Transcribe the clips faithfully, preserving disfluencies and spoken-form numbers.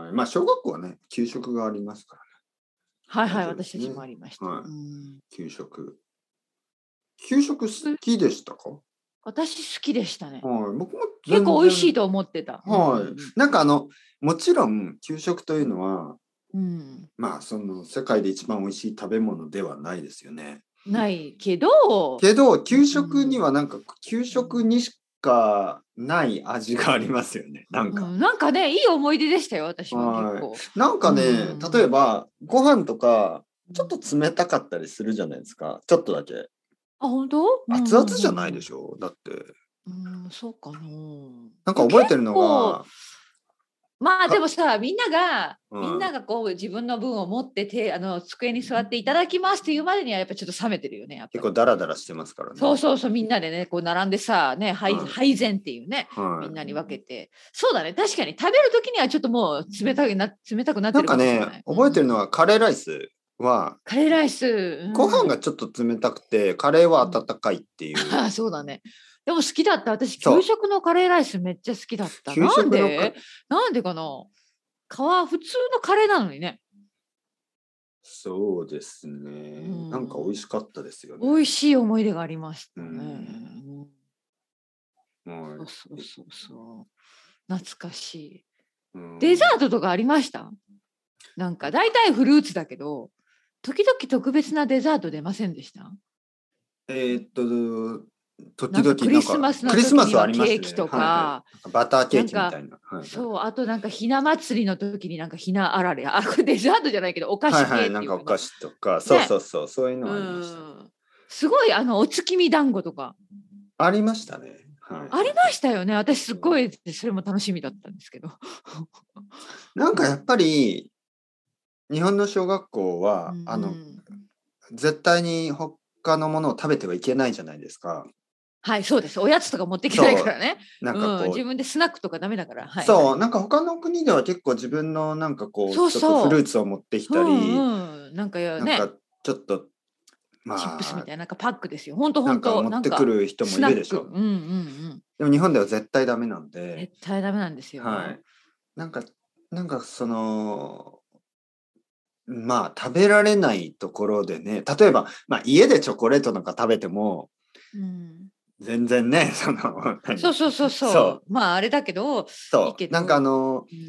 はい、まあ小学校はね、給食がありますからね。 はいはい、 大丈夫ですね。 私たちもありました。 はい。 うん給食。給食好えきでしたか？ 私好きでしたね。 はい、僕も結構全然、 美味しいと思ってた。うんうんはい。なんかあの、もちろん給食というのは、 うん。うんまあその世界で一番美味しい食べ物ではないですよね。 ないけど、 けど、 う給食にんはなんか、給食にしかない味がありますよね、なんか。 うん、なんかね、いい思い出でしたよ、私は結は構。 い。なんうかね、例えんば、ご飯とか、ちょっうんと冷たかったりするじゃないですか。ちょっとだけ。 あ、本当？うん熱々じゃないうんうんでしょだって。 うん。うん、そうかな。 なんいや、結か覚えてるの構、 が、 まあでか、 もさ、みんなが、みんうん。 ながこう自分の分を持ってて、あの机に座っていただきますっていうまでにはやっぱちょっと冷めてるよね、やっぱり。 結構ダラダラしてますからね。 そうそうそう、みんなでね、こう並んでさ、ね、配はい。 配膳っていうね、みはい。 んなに分けて。そうだね、確かに食べる時にはちょっともう冷たくな冷たくなってるなんかね、 かもしれない。うんうん覚えてるのうん。 はカレーライスは、 カレーライス、うご飯がん。 ちょっと冷たくて、カレーはうん。 温かいっていう。 ああ、そうだね。でも好きだった。私、給そう。 食のカレーライスめっちゃ好きだった。 給なん食のか、 でなんでかな皮、普通のカレーなのにね。 そうですうね。なんか美味ん。 しかったですよね。 美味しい思い出がありましうたね。 ん。 うんはそうそうそうそう。懐かしい。 い。うデザん。 ートとかありました？なんか大体フルーツだけど、時々特別なデザート出ませんでした？ えーっと、時々、 なんかクリなんか、 スマスのクリスマスはあ時にはりましたね。 ケーキとはいはい。 か、 なんかバターケーなんか、 キみたいな。はいはい。 そう、あとなんかひな祭りの時になんかひなあられ、あ、これデザートじゃないけど、お菓子系はいはい。なんっていうかな。 かお菓子とか、そうそね。 うそう、そういうのうはありました。 ん。すごい、あの、お月見団子とか、 ありましたね。はいはいありはい。 ましたよね。私すっごい、それも楽しみだったんですけど。 なんうん。 かやっぱり、日本の小学校うは、あの、 ん。 絶対に他のものを食べてはいけないじゃないですか。 はい、そうです。おやつとか持っていけないかそらね。 う。なんかうん、 こう、 自分でスナックとかダメだから。はいはそう、 い。 なんか他の国では結構自分のなんかこう、 そうちょっとフルーそツを持ってきう。うたり、 んうん。なんかやなんかね、 ちょっと、 チップスみまあ、 たいな、なんかパックですよ。ほんとほなんかんと。 持ってくなんか、 る人もスナック。 いるでしょ。 うんうんうん。 でも日本では絶対ダメなんで、 絶対ダメなんですよ。 はい。なんか、なんかその、まあ食べられないところでね、例えば、まあ家でチョコレートなんか食べても、 うん。 全然ね、その、何そうそうそうそう、 そう。まあ、あれだけど、いいそう、なんかあけど、 の、 うん。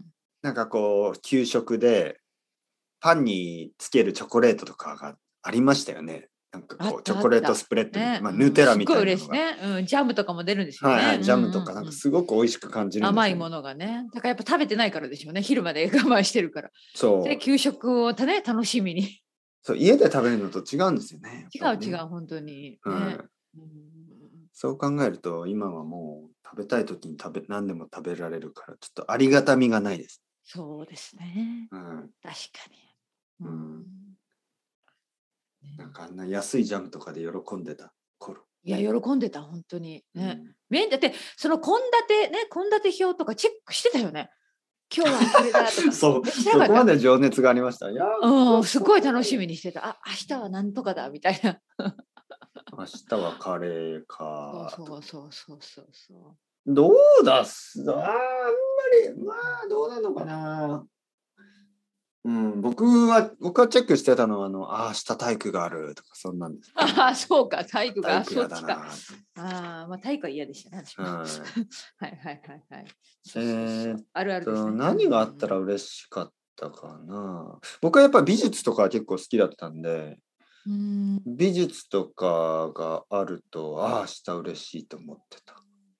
なんかこう、給食で、パンにつけるチョコレートとかがありましたよね。なんかこう、チあったョコレートスあった。 プレッドみたいな、 ね、 まあ、ヌうん、すっテラみごい嬉しいたいなのが。 ね。うん、ジャムとかも出るんですよね。 はいはい、 うんジャムとかなんうんうん。 かすごく美味しく感じるんですよね。 甘いものがね。だからやっぱ食べてないからでしょうね。昼まで我慢してるから。で、 そう、 給食をたね、楽しみに。 そう、家で食べるのと違うんですよね、やっ違ぱりね。 う違う、本当に。ね。 はい。 うん、 そう考えると、今はもう食べたい時に食べ何でも食べられるから、ちょっとありがたみがないです。 そうですね。 うん。 確かに。ううん。 ん。 なんねかあんな安いジャムとかで喜んでた頃。 いや、喜んでた、本当に。ね。 うん。 めんだって、その献立ね、献立表とかチェックしてたよね。今日はこれだとか。 そう、 え、してなそこまかった？ で情熱がありました。いや、 うん、すこれごい楽しみにしてた。あ、明日はなんとかだみたいな。 明日はカレーそうかと。 そうそうそうそうそどうだすあーあんまり、まあ、どうなのかな。うん、僕は僕はチェックしてたのは、あの、ああ、明日体育があるとかそんなんです。 う。ああ、そうか、体育が、 体育嫌そっちか。 だなって。 ああ、ま、体育は嫌でしたね、私も。 はい。 はいはいはいはい。そうそうそう。 えーっあるあるですと、 ね。うんう何があったらん嬉しかったかな。僕はやっぱり美術とか結構好きだったんで、 うん。うーん。 美術とかがあると、ああ、明日嬉しいと思ってた。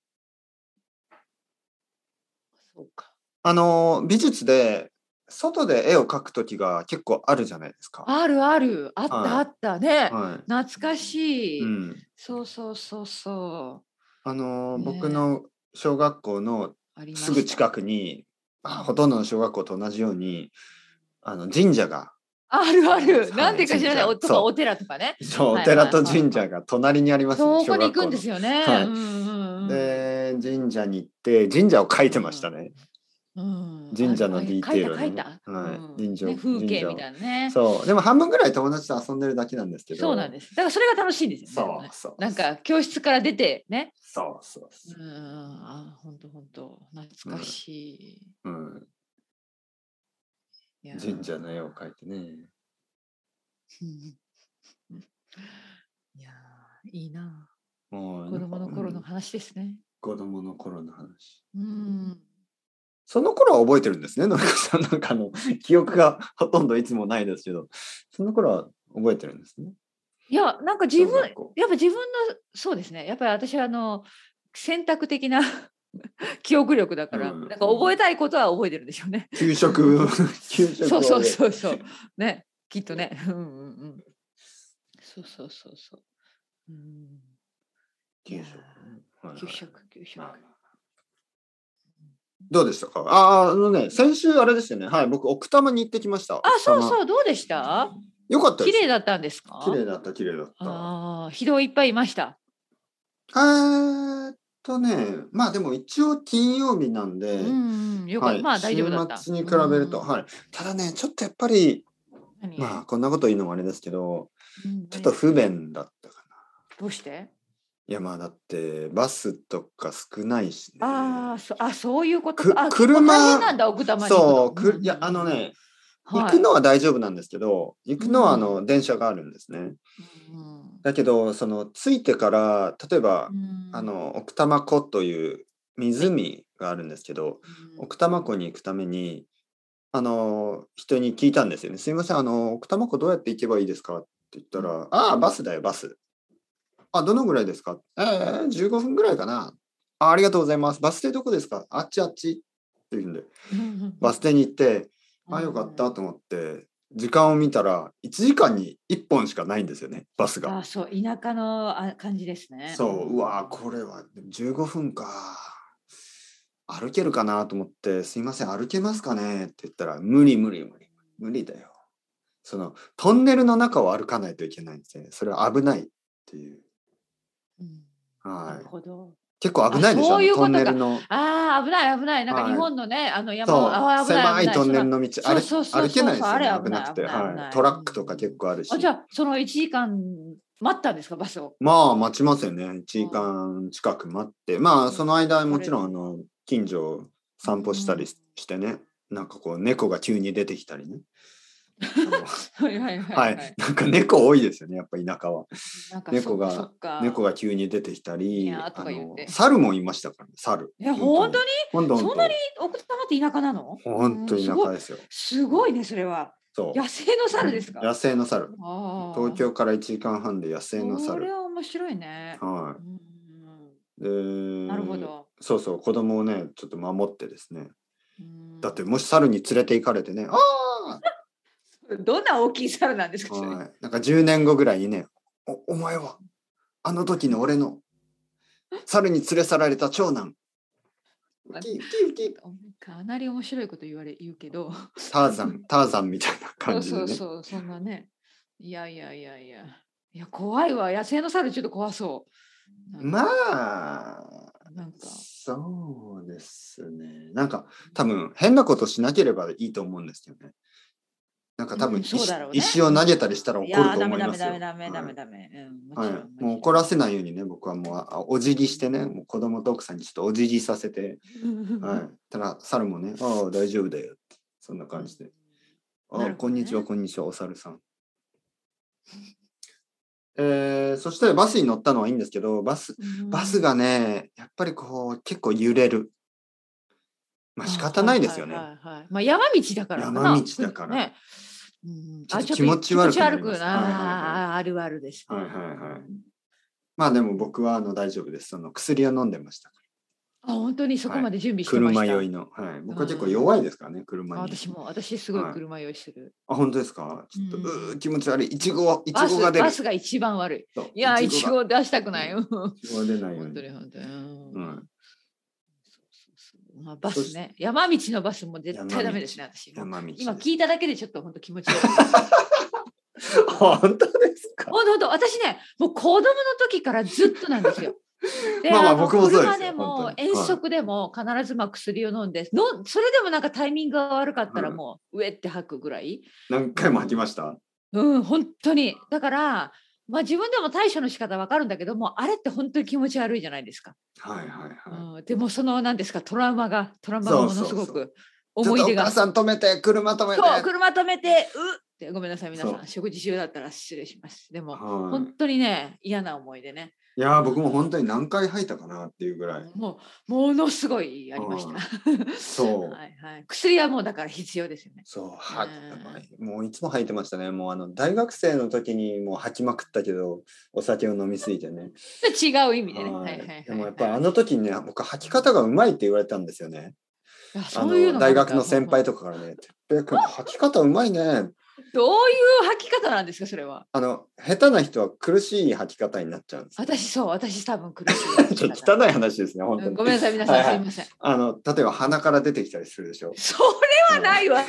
そうか。 あの、美術で、外で絵を描く時が結構あるじゃないですか。 あるある。あったあはった。 い。 ね。 はい。 懐かしい。 うん。 そうそうそうそあの、 う。ね。 僕の小学校のありました。 すぐ近くに、まあ、ほうん。 とんどの小学校と同じように、あの、神社があるあります。 ある。なはい、 んでか知らない。 神社。 おとかおそ寺とかね。 う。そう、おはいはい寺とはいはい。 神社が隣にありますね、 そこ小学校の。 に行くんですよね。 はい。 うんうんで、神社に行って、神社を描いてましたうん。 ね。 うん。うん。ある、あ、 神社のディ書いたテールをね。 書いた。うはい。 ん。ね、 神社を、 風景み神社を。 たいなね。 そう。でも半分ぐらい友達と遊んでるだけなんですけど、 そうなんです。だからそれが楽しいんですよね、でもね。 そうそうなんか教室から出てね。 そうそううんそあ、ほんとほんと。懐う。 かしい。 うん。うん。 いや神社の絵を描いてね。 いやいいな。 もう子供の頃のうん話ですね。 子供の頃の話。 うん。 その頃は覚えてるんですね、のりこさん。なんかあの記憶がほとんどいつもないですけど、その頃は覚えてるんですね。 いや、なんか自分、 小学校やっぱ自分の、そうですね。やっぱり私はあの、選択的な記憶力だから、 うんなんか覚えたいことは覚えてるんでしょうね。 給食、給食そうそうう。 そうそう。ね、きっとね。うんうんうん。そうそうそうそう。うん。いや給食ね。はいはいー給食、給食。 まあまあどうでしたか。あー、あのね、先週あれですよね。はい、僕、奥多摩に行ってきました。 あ、 奥多摩。 そうそう、どうでした？ よかったですよ。 綺麗だったんですか？ 綺麗だった、綺麗だった。 ああ、人いっぱいいました。 えーっとね、まあでも一応金曜日なんで、 うんうん、よかった。 はい、 まあ大週丈夫だった。 末に比べると、 うん。 はい。ただね、ちょっとやっぱり、 何？ まあこんなこと言うのもあれですけど、 うんちょっと不便だったかな。 どうして？ いやまあだってバスとか少ないしね。 ああ、そあ、そういうことくか。あ、結構大変車なんだ、奥多摩に行くの。 そうく、 うんうんうんいやあのね、行はい。 くのは大丈夫なんですけど、行くのはあの電車があるんですね。 うんだけどその着いてから例えばうんあの奥多摩湖という湖があるんですけど、 うん奥多摩湖に行くためにあの人に聞いたんですよね。すいません、あの奥多摩湖どうやって行けばいいですかって言ったら、ああバスだよバス。あ、どのぐらいですか。えー、じゅうごふんぐらいかな。あ、ありがとうございます。バス停どこですか。あっちあっちって言うんで、 うんバス停に行って、あ、よかうんったと思って、時間を見たら、いちじかんにいっぽんしかないんですよね、バスが。 あ、そう、田舎のあ感じですね。 そう、うわ、これはじゅうごふんか。歩けるかなと思って、すいません、歩けますかねって言ったら、無理無理無理。無理だよ。その、トンネルの中を歩かないといけないんですね。それは危ないっていう。 うんなはい。 るほど。 結構危あ、 ないでしょ、 そうあのトいうことか。 ンネルの。 ああ、危ない危ない。なんか日はい。 本のね、あの山を、 そう、 ああ、危ない狭いトン危ない。その、 ネルの道、 そう歩そうそう歩けそうそう、あれないですよね、危危ない危なくて。はい。 ない危ない。 トラックとか結うん構あるし。 あ、じゃあ、そのいちじかん待ったんですか、バスを。 まあ、待ちますよね。いちじかん近く待って。まあ、その間、もちろん、あそれの、近所を散歩したりしてね。なんかこう、猫が急に出てきたりね。あのはいはいはいははいい。なんか猫多いですよね、やっぱ田舎は。 なんか猫そっかそがっか。 猫が急に出てきたり、 にゃーとあの、 か言って。 猿もいましたからね、猿。 いや、 本当に。 本当に本当本そんなに当。 奥多摩って田舎なの？ 本当うんすごい、 田舎ですよ。 すごいね、それは。 そう。 野生の猿ですか？ 野生の猿。東ああ、 京からいちじかんはんで野生のそれ猿。 は面白いね。 はうんい。で、 なるほど。 そうそう、子供をね、ちょっと守ってですね。 うんだって、もし猿に連れて行かれてね、あどんな大きい猿なんですあ、 か、それ。 はい。なんかじゅうねんごぐらいにね、お、お前は、あの時の俺の猿に連れ去られた長男。ウキウキウキ。 かなり面白いこと言われ言うけど。 ターザン、ターザンみたいなそう感じでね。 そうそう、そんなね。いやいやいやいや。いや、怖いわ。野生の猿ちょっと怖そう。なんかまあ、 なんかそうですね。なんか多分変なことしなければいいと思うんですよね。なんか多分うん、そう石、 だろうね。 石を投げたりしたらい怒るとやーダメダ思いますよ。 メダメダメダメダメ。うん、もはい。 ちろん。 はい。 ちろんもう怒らせないようにね、僕はもうあお辞儀してね、もう子供と奥さんにちょっとお辞儀させて、はい。ただ猿もね、ああ、大丈夫だよって、そんな感じで。ああ、 なるほどねこんにちは、こんにちは、お猿さん。えー、そしてバスに乗ったのはいいんですけど、バス、バスがね、やっぱりこう、結構揺れる。まあ仕方ないですよね。 はいはいはいはいまあ山道だからかな。 山道だからね。うんちょっと気持ち悪くなりますあちょっと気持ち悪くなはいはいはいあーあるあるですね。 はいはいはい。まあでも僕はあの大丈夫です。その薬を飲んでましたかあ本当にそこら。 まで準備してました。 車酔いの。はい。僕は結構弱いですからね、車に。 あ私も私すごい車酔いする。 あ、本当ですか。ちょっと、 うんうー気持ち悪い。いちご、いちバスごが出る。 バスが一番悪い。 そういやいいちごがちご出したくない。 いちごが出ないよう本当に。 に本当に。うんうんそうそうそうまあバスね。山道のバスも絶対ダメですね私。 山道。 今聞いただけでちょっと本当気持ち悪い。 本当ですか。 本当本当私ねもう子供の時からずっとなんですよ。でまあまあの僕もそうですよ車でも本当に遠足でも必ずまあ薬を飲んで、のそれでもなんかタイミングが悪かったらもう上って吐くぐらい。 何回も吐きました。 うん本当にだからまあ自分でも対処の仕方わかるんだけどもあれって本当に気持ち悪いじゃないですか。 はいはいはい。 うん、でもその何ですかトラウマがトラウマがものすごくちょっとお思い出が。 母さん止めて、車止めて。 そう、車止めて、うってごめんなさい、皆そうさん、食事中だったら失礼します。でも、 はい本当にね、嫌な思い出ね。 いやー、僕も本当に何回吐いたかなっていうぐらい。 もう、ものすごいありました。 そうはいはい。薬はもうだから必要ですよね。 そう、は、 うんやばいもういつも吐いてましたね。もうあの大学生の時にもう吐きまくったけど、お酒を飲みすぎてね。 違う意味でね。 ははいいはいはい。 でもやっぱりあの時にね、僕吐き方がうまいって言われたんですよね。 あ、 あそういうののがあるんだ大学の先輩とかからね、てっぺい君吐き方うまいね。 どういう吐き方なんですか、それは。 あの下手な人は苦しい吐き方になっちゃうんですよ。 私、そう、私多分苦しい吐きちょっ方。 と汚い話ですね、本当に。 うんごめんなさい、皆さん、 はいはいすいません。 あの例えば鼻から出てきたりするでしょ。 それはないわ。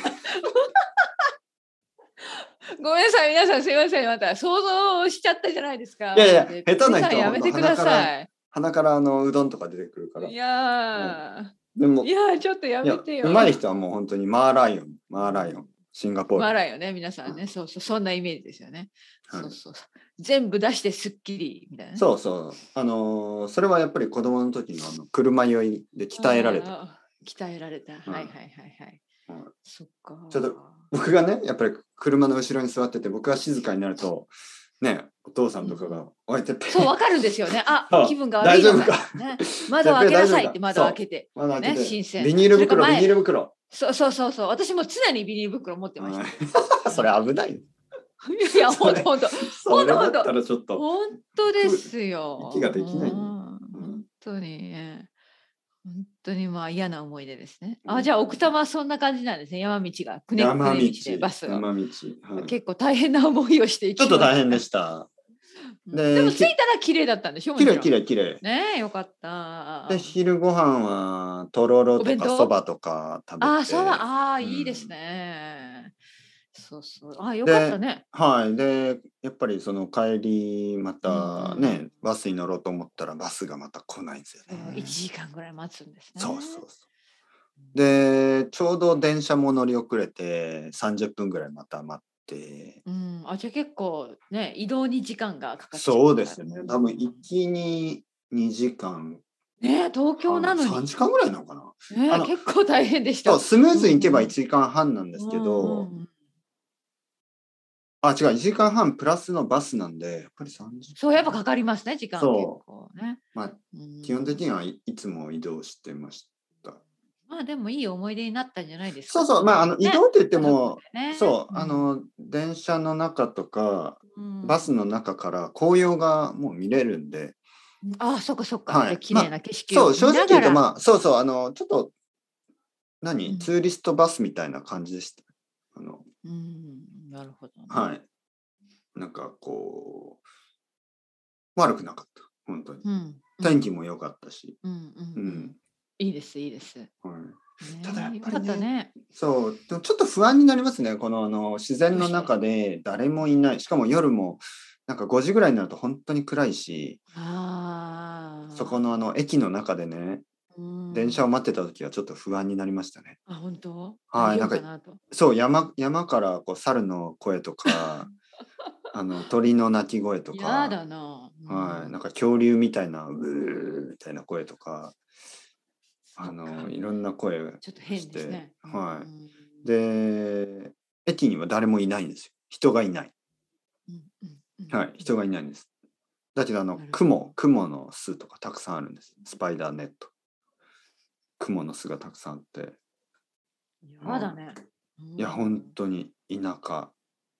ごめんなさい、皆さん、すいません。また想像しちゃったじゃないですか。 いやいやで下手な人は皆さんやめてください。 鼻からあのうどんとか出てくるから。 いやでもー、いやー、ちょっとやいやめてよ。 うまい人はもう本当にマーライオン、マーライオン、シンガポール。 マーライオンね、皆さんね、そうそう、そんなイメージですよね。 はいそうそうそう。全部出してすっきりみたいなね。 そうそう。あのーそれはやっぱり子供の時のあの車酔いで鍛えられた。 あー。鍛えられた。はいはいはいはい。 はいそっか。 ちょっと僕がね、やっぱり車の後ろに座ってて、僕が静かになると、ね、お父さんとかが、おいてっぺいそう、わかるんですよね。あそう、 気分が悪いの大丈夫かね、窓を開けなさいって大丈夫か窓を開けて。 まだ開けてね、新鮮。 ビニール袋、ビそれか前ニール袋。 そうそうそうそう。私も常にビニール袋持ってました。 はいそれ危ない。 いや、ほんとほんと。 それだったらちょっと。 本当ですよ。 息ができないねうん本当にね。本当にまあ嫌な思い出ですね。あ、 うんじゃあ奥多摩はそんな感じなんですね。山道がくねく山道ね道でバスを。 山道、はい結構大変な思いをしていきちょっと大変でしした。 た。 ででも着いたら綺麗だったんでしょ。 きれいきれれいきれい。 ねえ、よかった。 で昼ご飯はとろろとかお弁当そばとか食べて。 ああ、そうは、ああ、 うんいいですね。そうそう。ああ、よかったね。 はい。で、やっぱりその帰り、またうんうんね、バスに乗ろうと思ったらバスがまた来ないんですよね。 いちじかんぐらい待つんですね。 そうそうそう。で、ちょうど電車も乗り遅れてさんじゅっぷんぐらいまた待って。 うん、あ、じゃあ結構ね、移動に時間がかかっちゃそうですね。多分行きににじかん。 ね、東京なのに。 さんじかんぐらいなのかな。 ね、 あの結構大変でした。 そう、スムーズに行けばうんいちじかんはんなんですけど、 うんうんあ、違う、いちじかんはんプラスのバスなんで、やっぱりさんじゅっぷん。 そう、やっぱかかりますね、時間結そう構ね。 まあ、 うん基本的にはい、いつも移動してました。 まあでもいい思い出になったんじゃないですか。 そうそう、まあ、あの移動って言っても、 ねそう、 うんあの電車の中とか、 うんバスの中から紅葉がもう見れるんで、 あ、そっかそっか。 はいじゃあ綺麗な景色をそう、正直言うと、 見ながら。 まあ、そうそう、あの、ちょっと、何、 うんツーリストバスみたいな感じでした。あの、 うん、なるほどね。 はい。なんかこう、悪くなかった、本当に。 うん。 天気も良かったし。 うんうんううんん。いいです、いいです。ねはい。 えただやっぱりねよかったね。 そう、でもちょっと不安になりますね。このあの自然の中で誰もいない。しかも夜もなんかごじぐらいになると本当に暗いし、 ああ。 そこのあの駅の中でね、電車をを。 待ってた時はちょっと不安になりましたね。 あ、本当。 はい大丈夫かなと。 そう、山山からこう猿の声とか、あの鳥の鳴き声とやか、 だな。 はい、なんか恐竜みたいなうーみたいな声とか、あのいろんな声がちょっと変しですねて、。はうんい。で、駅には誰もいないんですよ。人がいない。 うんうんうんはい、人がいないんです。だけどあのなるほど雲、雲の巣とかたくさんあるんです。スパイダーネット。雲の巣がたくさんあって、 やだね。 いや本当に田舎。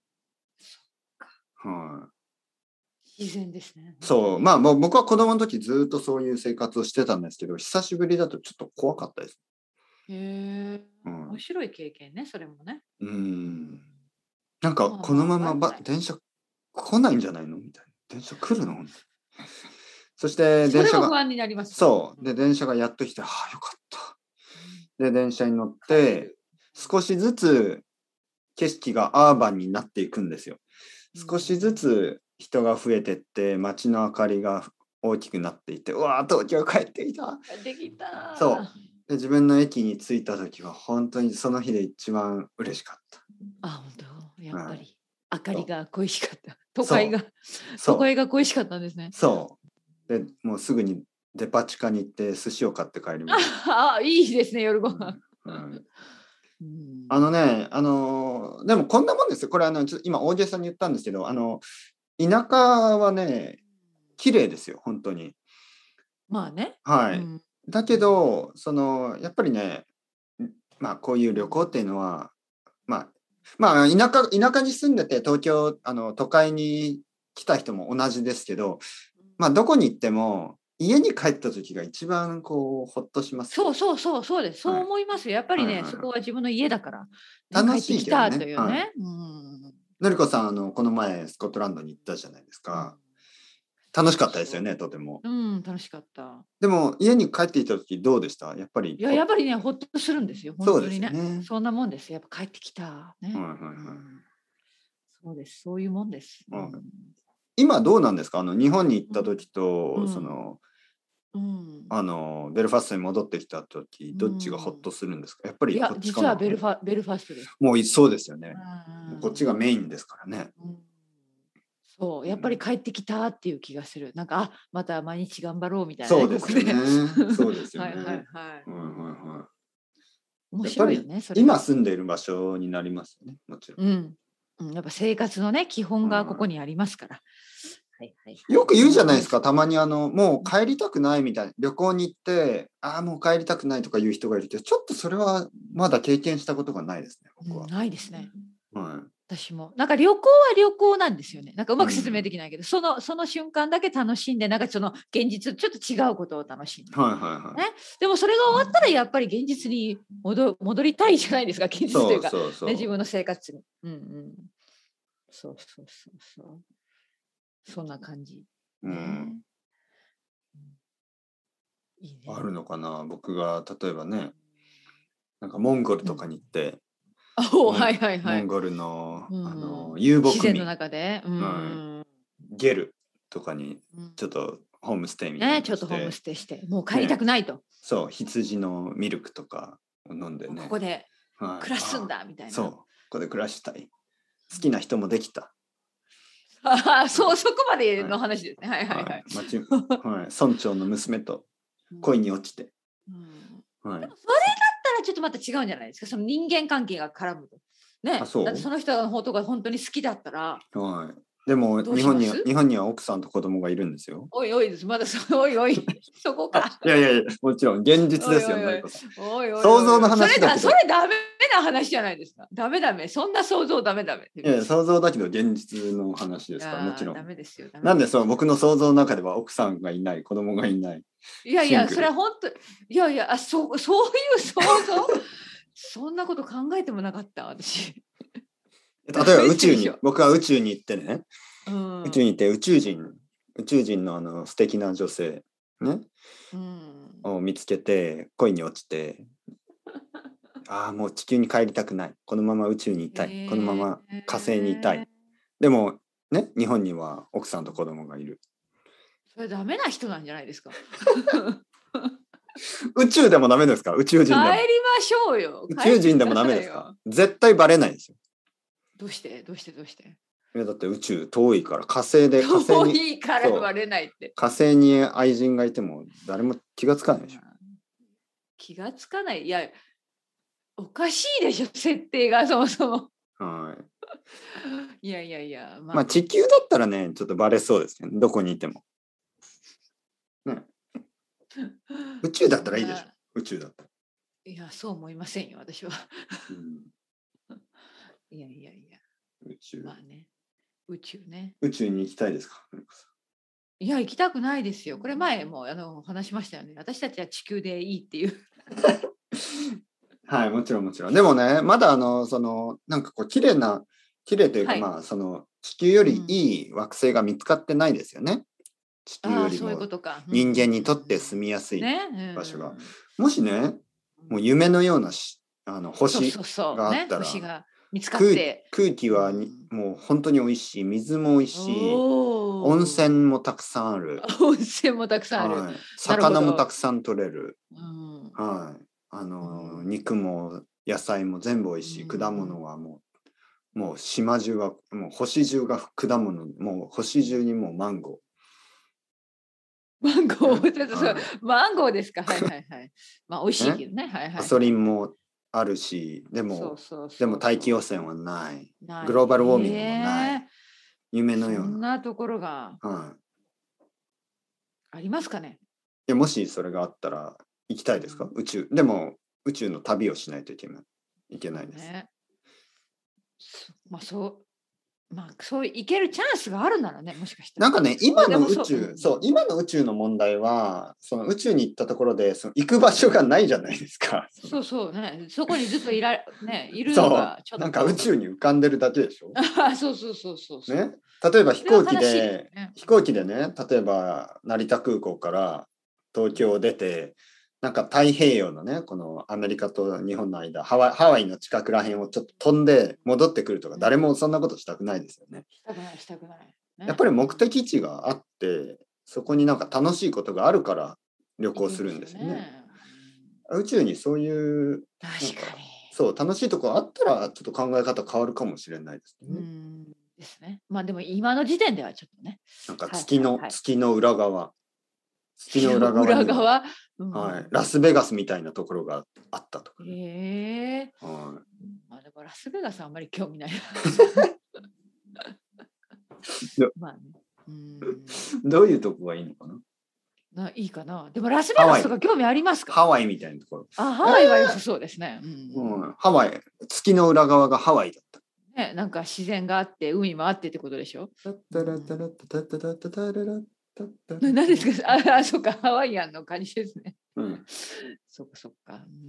はい。 自然ですね。 そう、まあもう僕は子供の時ずっとそういう生活をしてたんですけど、久しぶりだとちょっと怖かったです。 へえ。 うん面白い経験ね、それもね。 うん。なんかまあこのままばまあはい電車来ないんじゃないのみたいな。電車来るのそしてそ電車が、 れも不安になりますね。 そう。で、電車がやっと来て、はあ、よかった。で、電車に乗って、少しずつ景色がアーバンになっていくんですよ。少しずつ人が増えてって街の明かりが大きくなっていて、うわー東京帰ってきた。 できた。 そうで自分の駅に着いた時は本当にその日で一番嬉しかった。 あ、本当。やっぱはり明かりが恋しかった。都会がそう都会が恋しかったんですね。 そうでもうすぐにデパ地下に行って寿司を買って帰りましあ、いいですね、夜ご飯。 た。うんうん、 あのね、あのでもこんなもんですよ。これあのちょっと今大げさに言ったんですけど、あの田舎はね綺麗ですよ本当に。 まあね。 はい。 うん、 だけどそのやっぱりね、まあこういう旅行っていうのは、まあまあ田舎田舎に住んでて東京あの都会に来た人も同じですけど、まあどこに行っても家に帰った時が一番こうほっとしますよ。 そうそうそうそうです。そうはい。 思いますよ。やっぱりね、 はいはいはそこは自分の家だから、 い。 ね、帰楽ってきたとしいけどね。はい。 いうね。うん。 のりこさん、あの、この前、スコットランドに行ったじゃないですうん。 か。楽しかったですよそね、とても。 う。うん、楽しかった。 でも、家に帰ってきた時どうでした？やっぱりいや、 ほ、 やっぱりね、ほっとするんですよ、本そうで当にね。 すよね。 そんなもんです。やっぱ帰ってきた、 はいね。 はいはい。 うん。そうです。そういうもんです。うはい、 ん。 今どうなんですか？あの、日本に行っうん。 た時と、そうん。 の、 うん。 あの、ベルファストに戻ってきた時、 うどっちがホッん。 とするんですか？やっぱりいや、 こっちか実はな。 ベルファベルファストです。 もうそうですようね。もうこっちがん。 メインですからね。 うん。そう、やっぱりうん、 帰ってきたっていう気がする。なんか、あ、また毎日頑張ろうみたいなね、 そうですよね。 ここで。 そうですよね。 はいはいはいはい。 はいはい。 面やっぱり白いよね、それが。 今住んでいる場所になりますよね、もちろん。 うん。うん、やっぱ生活のね、基本がここはにありますから。はいはいい、 はい。 よく言うじゃない面白い。 ですか、たまにあの、もう帰りたくないみたいな、旅行に行って、ああ、もう帰りたくないとか言う人がいるけど、ちょっとそれはまだ経験したことがないですね、 うん、 僕は。 ないですね。 は私も。なんか旅行は旅行なんですよね。なんかうい。うまく説明でん。 きないけど、そのその瞬間だけ楽しんで、なんかその現実ちょっと違うことを楽しんで。 はいはいはね。 い。 でもそれが終わったらやっぱり現実に戻戻りたいじゃないですか、現実といそううか、ね、自そうそ分の生活に。うんうん。そうそうそうそう。そんな感じ。 う。うね。 ん。 うん、いいね。 あるのかな、僕が例えばね、なんかモンゴルうん。 とかに行って、 おお、 モン、 はいはいはい。 モンゴルの、 うあの、 ん。 遊自然の牧民、 中で。うはい、 ん。 ゲルとかにうん。 ちょっとホームステイみたいね、 なちょっとホームのして、 ステイして、もう帰りたね、 くないと。 そう、羊のミルクとかを飲んでもうこね、 こではい、 暮らすんああ、 だみたいな。 そう、ここで暮らしたい。好きな人もできた。 ああ、そう、 はい、 そこまではい、 の話ですね。はいはいはい。 はい、町、はい、村長の娘とうん。 恋に落ちて、 うん。 はい。 でもそれだったらちょっとまた違うんじゃないですか。その人間関係が絡むと。 あ、 ね。だってそその人のことが本当に好きだったらう、はい。でもどう日本には、 します？ 日本には奥さんと子供がいるんですよ。 おいおいです。まだそおいおい、そこあ、 か。 いやいやいや、もちろん現実ですよ、 おいおいおい。 のりこさん。 おいおい想像のおいおい。それだ、そ話だけど、 れダメな話じゃないですか。ダメダメ。そんな想像ダメダメ。 いやいや、想像だけど現実の話ですから、もちああ、 ろん。 ダメですよ、ダメなんでですよ、 そう僕のそれは。 想像の中では奥さんがいない、子供がいない、 いやいや、それはシングル。 本当、いやいや、あ、そうそういう想像そんなこと考えてもなかった、私。 例えダば宇宙に、 メでしょ。 僕は宇宙に行ってね、 うん。 宇宙に行って宇宙人、宇宙人のあの素敵な女性、ね、 うん。 を見つけて、恋に落ちて、ああ、もう地球に帰りたくない。このまま宇宙にいたい。このまへま火星にいたい。 え。 でも、ね、日本には奥さんと子供がいる。 それダメな人なんじゃないですか。 宇宙でもダメですか？宇宙帰りま人でも。 しょうよ。 宇帰ってくだ宙人でもダメですか？ さいよ。 絶対バレないですよ。 どうしてどうしてどうして。 いやだって宇宙遠いから火星で火星遠に、 いからそう、 割れないって。 火星に愛人がいても誰も気がつかないでしょ。 気がつかない。いや、おかしいでしょ、設定がそもそも。 はい。 いやいやいや、まあね。 まあ地球だったらね、ちょっとバレそうですね。どこにいても。ね、宇宙だったらいいでしょ。 そんな、 宇宙だったら。 いや、そう思いませんよ、私は。 うん、 いやいやいや、 宇宙。 まあね。宇宙ね。 宇宙に行きたいですか？ いや、行きたくないですよ。これ前もあの話しましたよね。私たちは地球でいいっていう。 はい、もちろんもちろん。でもね、まだあの、その、なんかこう、綺麗な、綺麗というか、 はい。 まあ、その、地球よりうん。 いい惑星が見つかってないですよね。地球ああ、そういうよりもことか。うんうん人間にとってうん住みやすうん。 いね。う場所が。 ん。 もしね、もううん。 夢のようなしあの星そうそうそう。ね。 があったら、 星が見つかっ空、 て。 空気うはにん。 もう本当に美味しい、水も美味おしい、温泉お。 もたくさんある。 温泉もたくさんある。 はい。 なるほ魚もたど。 くさん取れる。 うん。 はい。あうの、 ん。 肉も野菜も全部美う味しい。果ん。 物はもう、もう島中は、もう星中が果物、もう星中にもうマンゴー。 マンゴね。 ー、ちょっとそう、 はい。 マンゴーですか。はいはいはい。まあ、美味しいね。 けどね。はいガソはいはい。 リンもあるし、でも、 そうそうでもそう大気汚染はない。グローバルウォーミングもない。 え夢ーそのようんな。 なところがはい。 ありますかね。 いやもしそれがあったら行きたいですか、 うん宇宙。でも宇宙の旅をしないといけない。いけそないです。 うね。そまあそう、まあそういけるチャンスがあるならね、もしかしたらね。 なんかね、今のそうでもそう、 宇宙、 んそう、今の宇宙の問題は、その宇宙に行ったところで、その行く場所がないじゃないですか。そのそうそうね、そこにずっといらね、いるのそがちょう、なんか宇っと、 宙に浮かんでるだけでしょ。 あそうそうそうそうそう。 ね。例えば飛それは行機悲しいですで、 ね。 飛行機でね、例えば成田空港から東京を出て、なんか太平洋のね、このアメリカと日本の間、ハワイ、ハワイの近くら辺をちょっと飛んで戻ってくるとか、 うん、 誰もそんなことしたくないですよね。 したくないしたくない。ね。 やっぱり目的地があって、そこになんか楽しいことがあるから旅行する行くんですよんですよね。 ね。 宇宙にそういうなんか確かに。 そう楽しいとこあったらちょっと考え方変わるかもしれないですうね。 んですね。まあでも今の時点ではちょっとね。 なんかはい月のはいはい。 月の裏側、月の裏月の側には、 裏側。うはい、 ん、 ラスベガスみたいなところがあったとかね。 へえ。 はまあでもラスベガスあんまり興味ないな。 い。どまあね。うん。 どういうとこがいいのかな。 ないいかな。でもラスベハワイ、 ガスとか興味ありますか？ ハワイみたいなところ。 あ、ハえワイは良さそうですね。うん。 うん、ハワイ、月の裏側がハワイだった。 ね、なんか自然があって海もあってってことでしょ。 タッうタラタん。 ラタタタタタタララタッタラな何ですか？あ、あそうか、ハワイアンの感じですね。 うん、 そっかそっか。うん。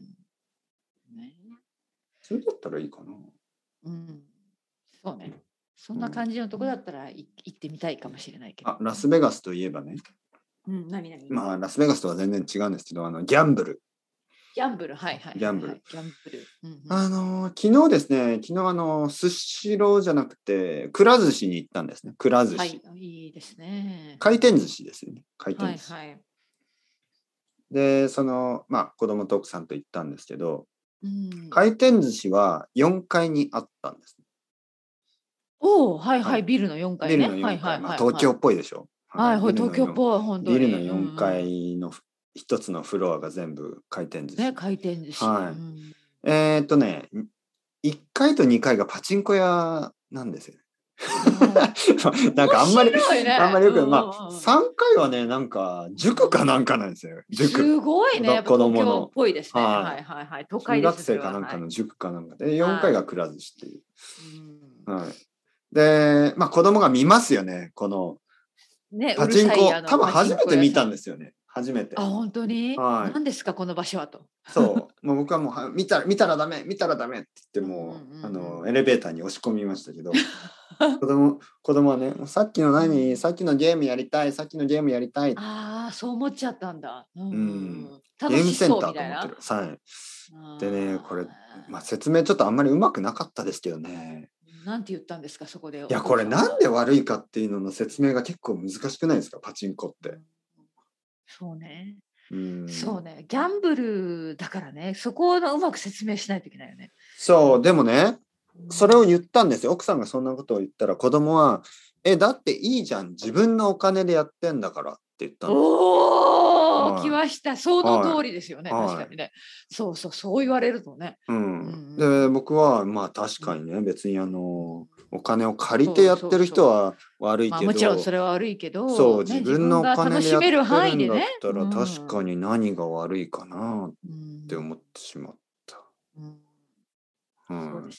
ね。 それだったらいいかな。 うん。そうね。そんなうん、 感じのとこだったらい行ってみたいかもしれないけど。 あ、ラスベガスといえばね、 うん、何何まあラスベガスとは全然違うんですけど、あのギャンブル、 ギャンブル、はいはいギャンブル。 はいはい。ギャンブル。うんうん、 あのー昨日ですね、昨日あのスシローじゃなくてくら寿司に行ったんですね。くら寿は司。 い、いいですね。 回転寿司ですよね。回転寿司。 はいはい。 で、そのまあ子供と奥さんと行ったんですけど、 うん。 回転寿司はよんかいにあったんですね。 おお、はいはい、 はい。 ビルのよんかいビルのね。はい 4階、まあはいはいはい。 東京っぽいでしょ。はい。 はいはい、 ビルの4、 東京っぽい、本当ビルのに。うん 4 うん。 階の一つのフロアが全部回転寿ね、 司。 回転寿司。うはん。 い。えーっとね、いっかいとにかいがパチンコ屋なんですよ。 ああ、 なんか面あんまり、 白いね。うんうあんまりよく、まあ、 んうん。 さんかいはね、なんか塾かなんかなんですよ。塾。 すごいね。やっぱ子子東京っ供の。 ぽいですね。ははい。 いはいはい。都会です、そ中学生れは。はい。 かなんかの塾かなんかで、よんかいはい。 がくら寿司っていう。 うん。 はい。で、まあ子供が見ますよね。このね、うパるさいチンコ、 あのパチ多分初めて見たんンコ屋さん。 ですよね。初めあ、 て。 本当に？ はい。 何ですかこの場所はと。 そう。もう僕はもうは見たら、見たらダメ、見たらダメって言ってうんうんうんうもう、あの、 ん。 エレベーターに押し込みましたけど、子供、子供はね、もうさっきの何、さっきのゲームやりたい、さっきのゲームやりたい。 ああ、そう思っちゃったんだ。うんううんん。 うん。楽しそうゲームセンターみたいな。 と思ってる。はい。でね、これ、まあ、 あ説明ちょっとあんまりうまくなかったですけどね。 ーなんて言ったんですか、そこでおいや、これ父さんは。 なんで悪いかっていうのの説明が結構難しくないですか、パチンコって。 うん、そうね。 うん。 そうね。ギャンブルだからね。そこをうまく説明しないといけないよね。 そう、でもね、 うん、 それを言ったんですよ。奥さんがそんなことを言ったら子供は、え、だっていいじゃん。自分のお金でやってんだからって言ったんです。 おお、来はました。そい。 の通はい。 りですよね。確かはい。 にね。そうそう、そう言われるとね。 ううんうん。で、 ん僕は、まあ確うん。 かにね、別にあうん、 の、お金を借りてそうやってる人そうそう。 は悪いまあもちろんそけど、 れは悪いけそう、 ど、ね、 自自分分のおが楽し金でやっめる範てるんだっ囲でね。うたら確かん。 に何が悪いかなっうん。 て思ってしまった。 うん、 うん。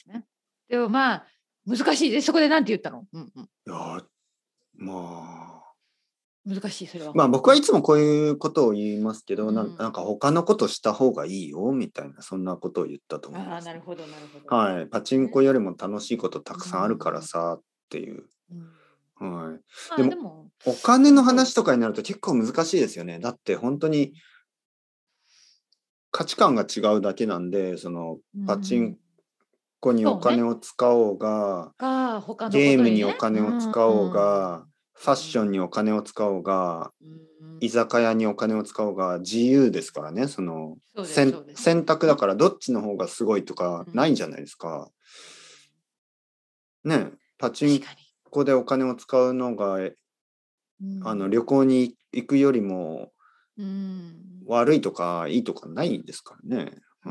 そうですね。でもまあ、難しいです。そこで何て言ったの？うんうん。 いや、まあ。 難しい、それはまあ本当に。 僕はいつもこういうことを言いますけど、なん、 うん。 なんか他のことした方がいいよみたいな、そんなことを言ったと思いああ、 ますね。 なるほどなるほど。 はい。パチンね。 コよりも楽しいことたうくさんあるからん。 さっていう。 うん。 はい。でも、 まあでも、 お金のでもそう、 話とかになると結構難しいですよね。だって本当に価値観が違うだけなんで、そのうん。 パチンコにおそうね。 金を使おうが、 が、他のこゲーとにね。 ムにお金をうん使おううん。 が、ファッションにお金を使おうが、 うん居酒屋にお金を使おうが自由ですからね。そのそうですそ選うです。 選択だからどっちの方がすごいとかうん。 ないんじゃないですか。ね。パチン確かに。 コでお金を使うのがえうん。 あの旅行に行くよりもうん。 悪いとかいいとかないですからね。 うん。 はい。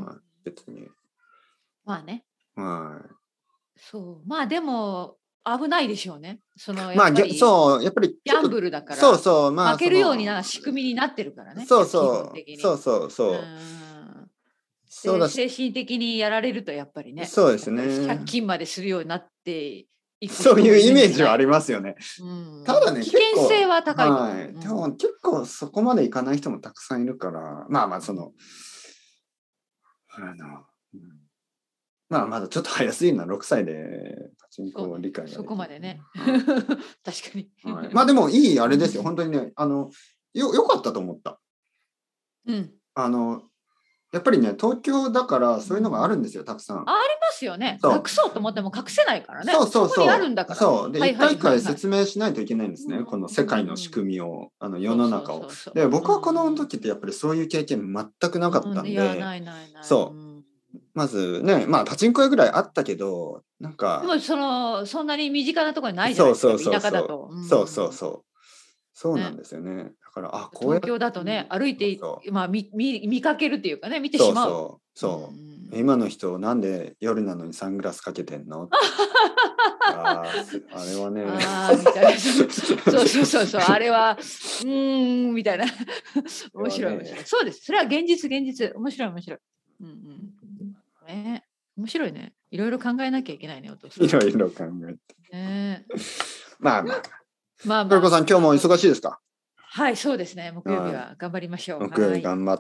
別に。 まあね。 はそう。まあでも危ないでしょうね。そのい。まあ、ぎゃやっぱりそう、やっぱりギャンブルだからそうそう、まあ、 負けるようにそのな仕組みになってるからね。 そう基そう、 本的に。 そうそう、 うそう。 ん。で、 そうだし、 精神的にやられるとやっぱりね、 そうですやっぱり借ね。 金までするようになっていくそう人もいいうイメーるんじゃない。 ジはありますよね。 うん、 ただね、 危結構、 険性は高いと思う。 はい。 うんでも結構そこまでいかない人もたくさんいるから、まあまあ、その、あの、うんまあまだちょっと早すぎるな、ろくさいでパチンコを理解ができる。 そこまでね。 うん確かに。 はいまあでもいいあれですよ、本当にね、あの、よ、よかったと思った。 うん。 あの、やっぱりね、東京だからそういうのがあるんですよ、たくさん。 ありますよね。 そう隠そうと思っても隠せないからね。 そうそうこにあるそう。 んだから。 そう。で、 はい一はいはいはい回一回説明しないといけないんですね。 うんこの世界の仕組みを、あの世そうそうの中をそうそう。 で、僕はこのうん時ってやっぱりそういう経験全くなかったんうんいや、 で、 ないないない。 そううんまずね、まあパチンコ屋ぐらいあったけど、なんでか、 もそのそんなに身近なところにないじゃなそういですか。 そうそうそ田舎だと。 う。そうそううそう。そうなんねですよね。だから、あ、こうやって、 東京だとね、歩いて、 そうまあ、見見見かけるっていうかね、見てそうしまう。 そうそう。 うん今の人なんで夜なのにサングラスかけてんのあーすあれはね。 ああ、みたいな。そうそうそうそう、あれは、うーん、みたいな。面白い面白い。そうです。それは現実現実。面白い面白い。うんうん。ね、面白いね。いろいろ考えなきゃいけないね、お父さん。 いろいろ考えて。 ね、 まあまあ。 まあまあ。 トルコさん、今日も忙しいですか？ はい、そうですね。木曜日は頑張りましょう。 木曜はい。 日頑張って、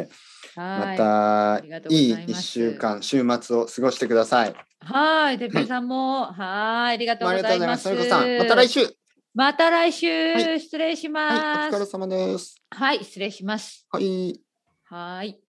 まはい。 たありがとうごいいざいます一週間、週末を過ごしてください。 はい、てっぺいさんも、はい、ありがとうありございまがとうございます。トルコさん、また来す。 週。 また来週、 はい失礼しはい、おます。 疲れ様です。 はい、失礼します。 はい。 はい。